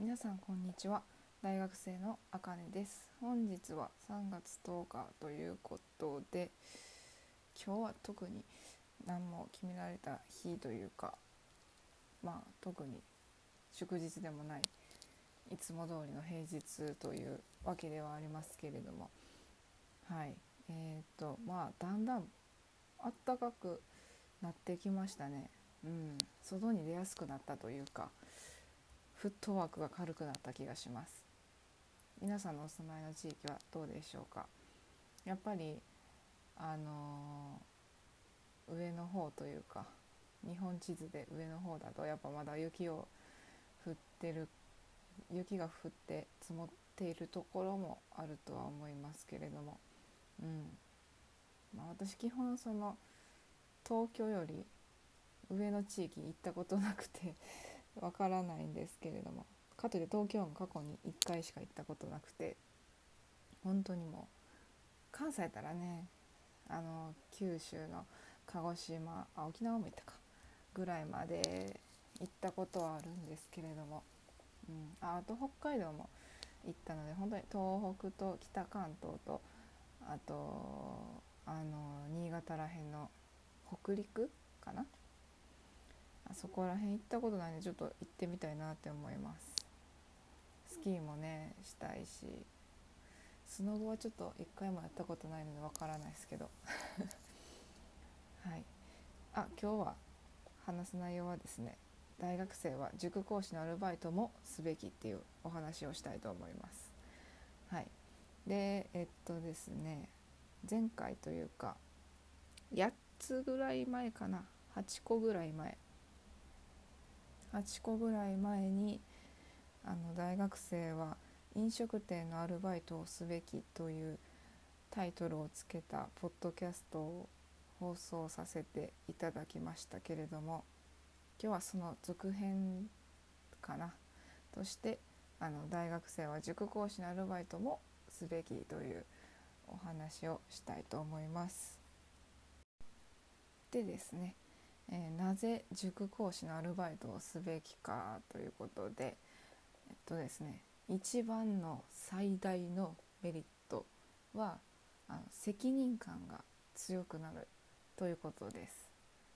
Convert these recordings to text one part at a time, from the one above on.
皆さんこんにちは。大学生のあかねです。本日は3月10日ということで、今日は特に何も決められた日というか、特に祝日でもないいつも通りの平日というわけではありますけれども、だんだん暖かくなってきましたね。外に出やすくなったというか、フットワークが軽くなった気がします。皆さんのお住まいの地域はどうでしょうか。やっぱり上の方というか、日本地図で上の方だとやっぱまだ雪が降って積もっているところもあるとは思いますけれども、私基本東京より上の地域に行ったことなくてわからないんですけれども、かといって東京も過去に1回しか行ったことなくて、本当にもう関西やったらね、九州の鹿児島、沖縄も行ったかぐらいまで行ったことはあるんですけれども、あと北海道も行ったので、本当に東北と北関東と、あと新潟らへんの北陸かな、そこら辺行ったことないので、ちょっと行ってみたいなって思います。スキーもねしたいし、スノボはちょっと一回もやったことないのでわからないですけどはい。今日は話す内容はですね、大学生は塾講師のアルバイトもすべきっていうお話をしたいと思います。はい。でですね、前回というか8つぐらい前かな、8個ぐらい前8個ぐらい前に大学生は飲食店のアルバイトをすべきというタイトルをつけたポッドキャストを放送させていただきましたけれども、今日はその続編かなとして、大学生は塾講師のアルバイトもすべきというお話をしたいと思います。でですね、なぜ塾講師のアルバイトをすべきかということで、ですね、一番の最大のメリットは責任感が強くなるということです。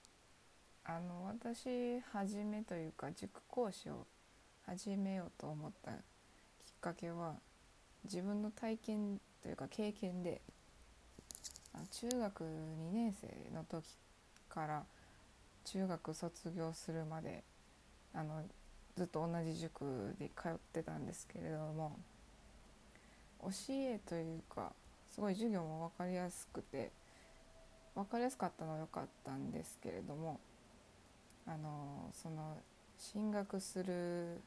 私初めというか塾講師を始めようと思ったきっかけは、自分の体験というか経験で、中学2年生の時から中学卒業するまでずっと同じ塾で通ってたんですけれども、教えというかすごい授業も分かりやすくて、分かりやすかったのは良かったんですけれども、その進学する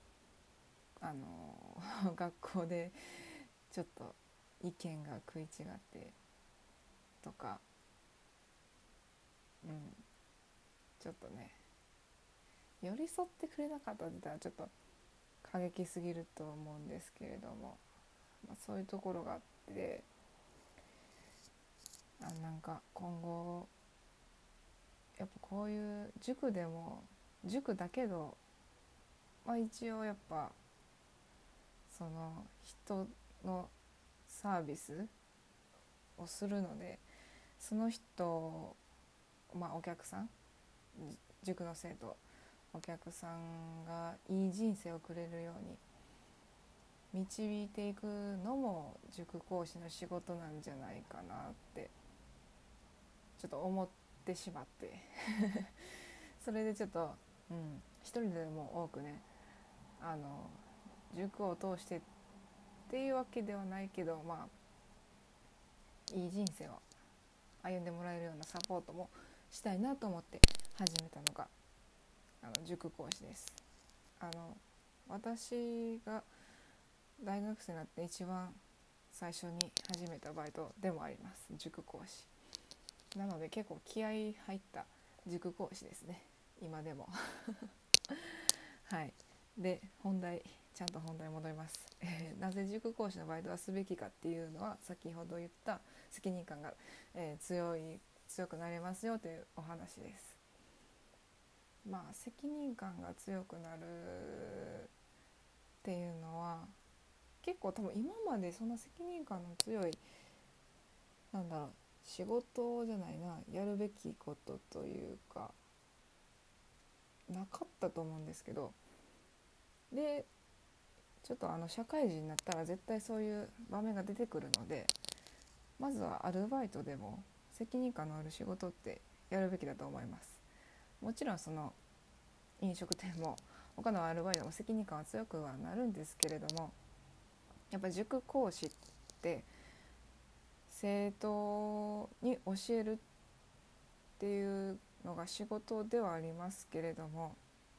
学校でちょっと意見が食い違ってとか、ちょっとね寄り添ってくれなかったって言ったらちょっと過激すぎると思うんですけれども、そういうところがあって、なんか今後やっぱこういう塾でも塾だけど、一応やっぱその人のサービスをするので、その人、お客さん、塾の生徒お客さんがいい人生をくれるように導いていくのも塾講師の仕事なんじゃないかなってちょっと思ってしまってそれでちょっと、一人でも多くね、塾を通してっていうわけではないけど、いい人生を歩んでもらえるようなサポートもしたいなと思って始めたのが塾講師です。私が大学生になって一番最初に始めたバイトでもあります、塾講師。なので結構気合い入った塾講師ですね、今でもはい。でちゃんと本題戻ります。なぜ塾講師のバイトはすべきかっていうのは、先ほど言った責任感が、強くなりますよというお話です。責任感が強くなるっ結構多分今までそんな責任感の強い仕事じゃないな、やるべきことというかなかったと思うんですけど、でちょっと社会人になったら絶対そういう場面が出てくるので、まずはアルバイトでも責任感のある仕事ってやるべきだと思います。もちろんその飲食店も他のアルバイトも責任感は強くはなるんですけれども、やっぱ塾講師って生徒に教えるっていうのが仕事ではありますけれども、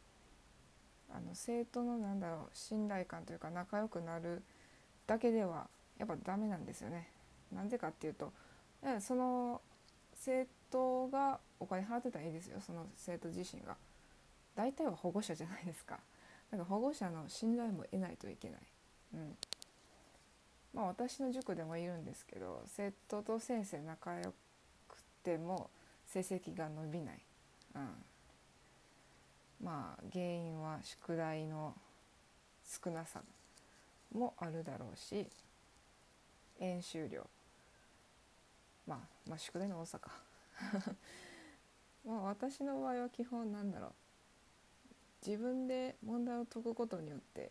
生徒の信頼感というか仲良くなるだけではやっぱダメなんですよね。なんでかっていうと、その生徒がお金払ってたらいいですよ。その生徒自身が、大体は保護者じゃないですか。だから保護者の信頼も得ないといけない。私の塾でもいるんですけど、生徒と先生仲良くても成績が伸びない、原因は宿題の少なさもあるだろうし、演習量、宿題の多さか私の場合は基本自分で問題を解くことによって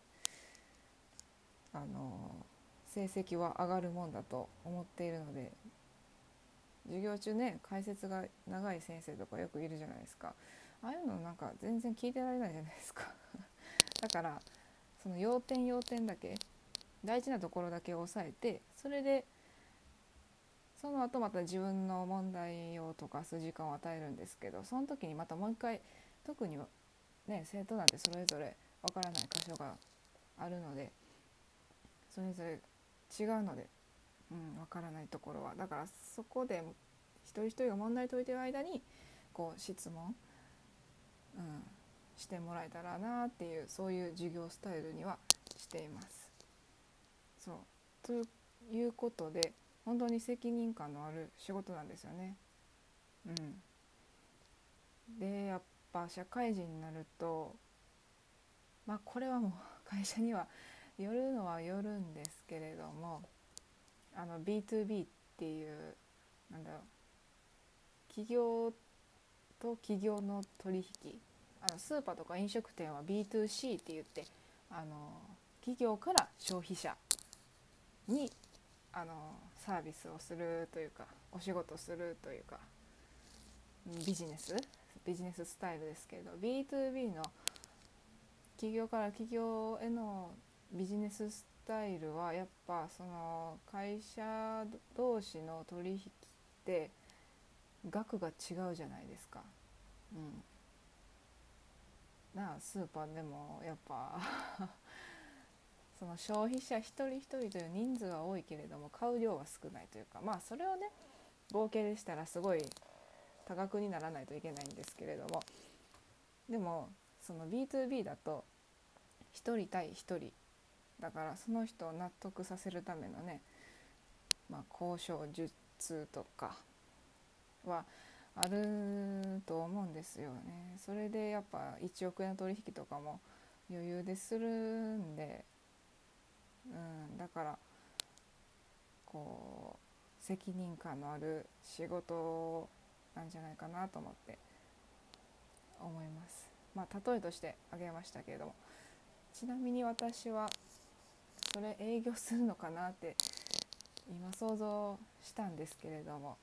成績は上がるもんだと思っているので、授業中ね解説が長い先生とかよくいるじゃないですか。ああいうの全然聞いてられないじゃないですかだからその要点だけ、大事なところだけ押さえて、それでその後また自分の問題を解かす時間を与えるんですけど、その時にまたもう一回、特にね生徒なんてそれぞれわからない箇所があるので、それぞれ違うので、わからないところは、だからそこで一人一人が問題解いてる間に質問、してもらえたらなっていう、そういう授業スタイルにはしています。そうということで、本当に責任感のある仕事なんですよね。でやっぱ社会人になると、これはもう会社にはよるのはよるんですけれども、B2B っていう、企業と企業の取引、スーパーとか飲食店は B2C って言って、企業から消費者にサービスをするというか、お仕事するというか、ビジネススタイルですけれど、 B2B の企業から企業へのビジネススタイルはやっぱその会社同士の取引って額が違うじゃないですか。スーパーでもやっぱその消費者一人一人という人数は多いけれども買う量は少ないというか、それをね合計でしたらすごい多額にならないといけないんですけれども、でもその B2B だと一人対一人だから、その人を納得させるためのね、交渉術とかはあると思うんですよね。それでやっぱ1億円の取引とかも余裕でするんで、だから責任感のある仕事なんじゃないかなと思思います。例えとして挙げましたけれども、ちなみに私はそれ営業するのかなって今想像したんですけれども、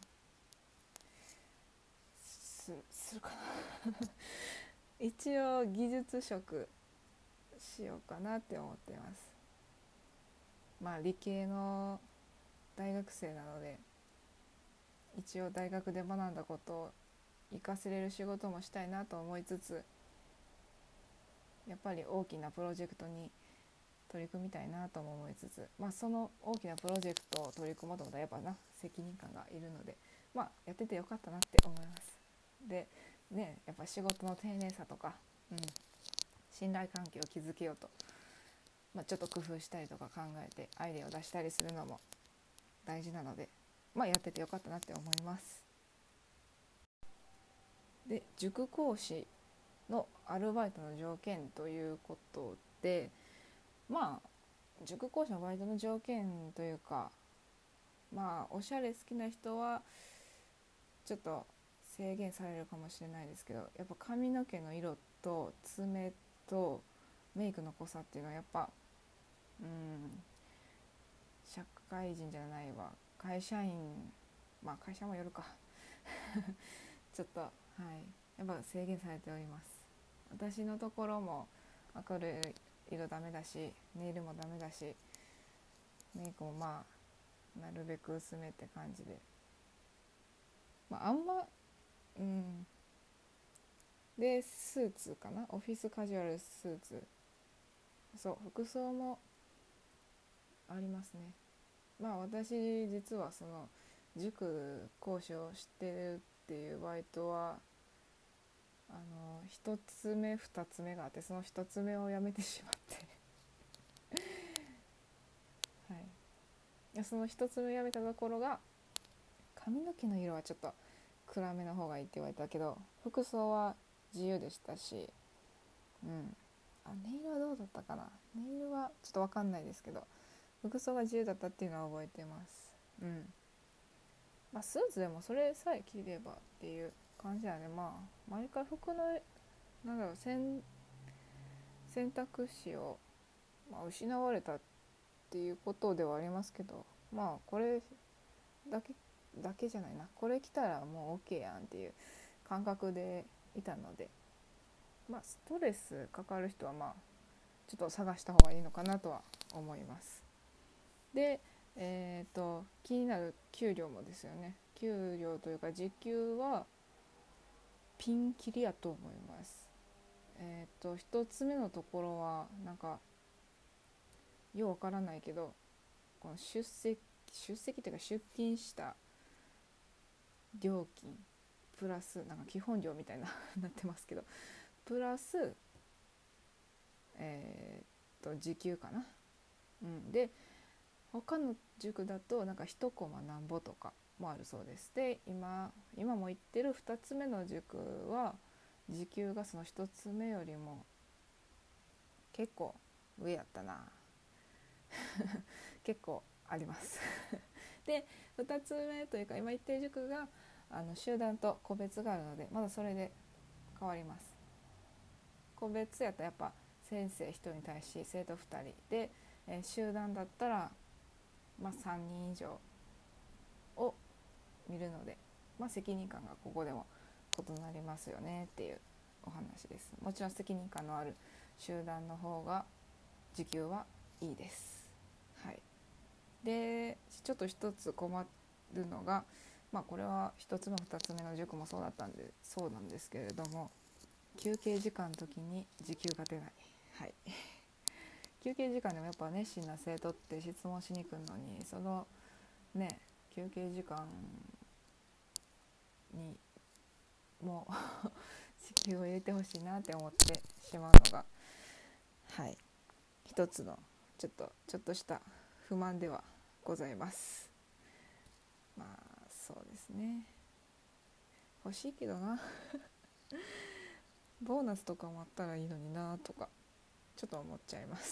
するかな一応技術職しようかなって思っています。理系の大学生なので、一応大学で学んだことを活かせれる仕事もしたいなと思いつつ、やっぱり大きなプロジェクトに取り組みたいなとも思いつつ、その大きなプロジェクトを取り組もうと思ったらやっぱ責任感がいるので、やっててよかったなって思います。でね、やっぱ仕事の丁寧さとか、信頼関係を築けようと、ちょっと工夫したりとか考えてアイデアを出したりするのも大事なので、やっててよかったなって思います。で、塾講師のアルバイトの条件ということで、 塾講師のバイトの条件というか、まあおしゃれ好きな人はちょっと制限されるかもしれないですけど、やっぱ髪の毛の色と爪とメイクの濃さっていうのはやっぱ、社会人じゃないわ、会社員、まあ会社もよるかちょっとやっぱ制限されております。私のところも明るい色ダメだし、ネイルもダメだし、メイクもまあなるべく薄めって感じで、あんまでスーツかな、オフィスカジュアルスーツ、そう服装もありますね。私実はその塾講師をしてるっていうバイトは1つ目2つ目があって、その1つ目をやめてしまってその1つ目やめたところが、髪の毛の色はちょっと暗めの方がいいって言われたけど、服装は自由でしたし、ネイルはどうだったかな、ネイルはちょっと分かんないですけど、服装が自由だったっていうのは覚えてます。スーツでもそれさえ着ればっていう感じなんで、毎回服の選択肢を、失われたっていうことではありますけど、これだけじゃないな、これ着たらもう OK やんっていう感覚でいたので、ストレスかかる人はちょっと探した方がいいのかなとは思います。で、気になる給料もですよね。給料というか時給はピンキリやと思います。一つ目のところはなんかようわからないけど、この出席というか出勤した料金プラスなんか基本料みたいななってますけど、プラス時給かな。で他の塾だとなんか1コマなんぼとかもあるそうです。で今も行ってる2つ目の塾は時給がその1つ目よりも結構上やったな結構ありますで2つ目というか今行ってる塾が集団と個別があるので、まだそれで変わります。個別やったらやっぱ先生1人に対し生徒2人で、集団だったら3人以上を見るので、責任感がここでも異なりますよねっていうお話です。もちろん責任感のある集団の方が時給はいいです。でちょっと一つ困るのが、これは1つ目2つ目の塾もそうなんですけれども、休憩時間の時に時給が出ない。休憩時間でもやっぱ熱心な生徒って質問しに来るのに、その休憩時間にもう時給を入れてほしいなって思ってしまうのが一つのちょっとした不満ではございます。そうですね、欲しいけどなボーナスとかもあったらいいのになとかちょっと思っちゃいます。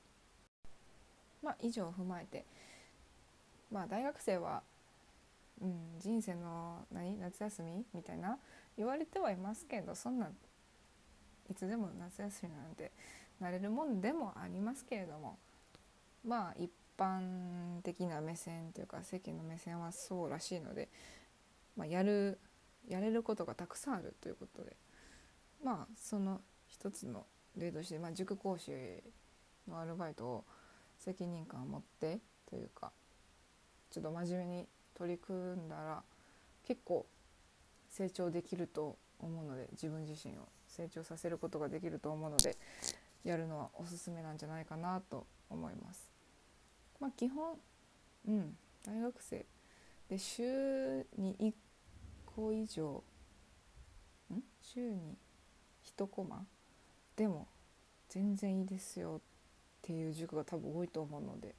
以上を踏まえて、大学生は、人生の夏休みみたいな言われてはいますけど、そんないつでも夏休みなんてなれるもんでもありますけれども、一般的な目線というか世間の目線はそうらしいので、やれることがたくさんあるということで、その一つの例として、塾講師のアルバイトを責任感を持ってというかちょっと真面目に取り組んだら結構成長できると思うので、自分自身を成長させることができると思うので、やるのはおすすめなんじゃないかなと思います。基本、大学生で週に1個以上週に1コマでも全然いいですよっていう塾が多分多いと思うので、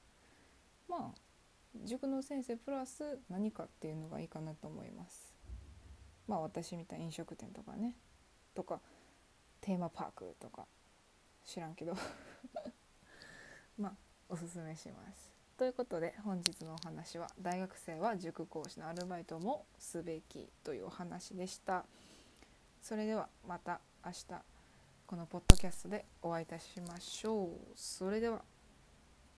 塾の先生プラス何かっていうのがいいかなと思います。私みたいに飲食店とかねとかテーマパークとか知らんけど教おすすめします。ということで本日のお話は大学生は塾講師のアルバイトもすべきというお話でした。それではまた明日このポッドキャストでお会いいたしましょう。それでは。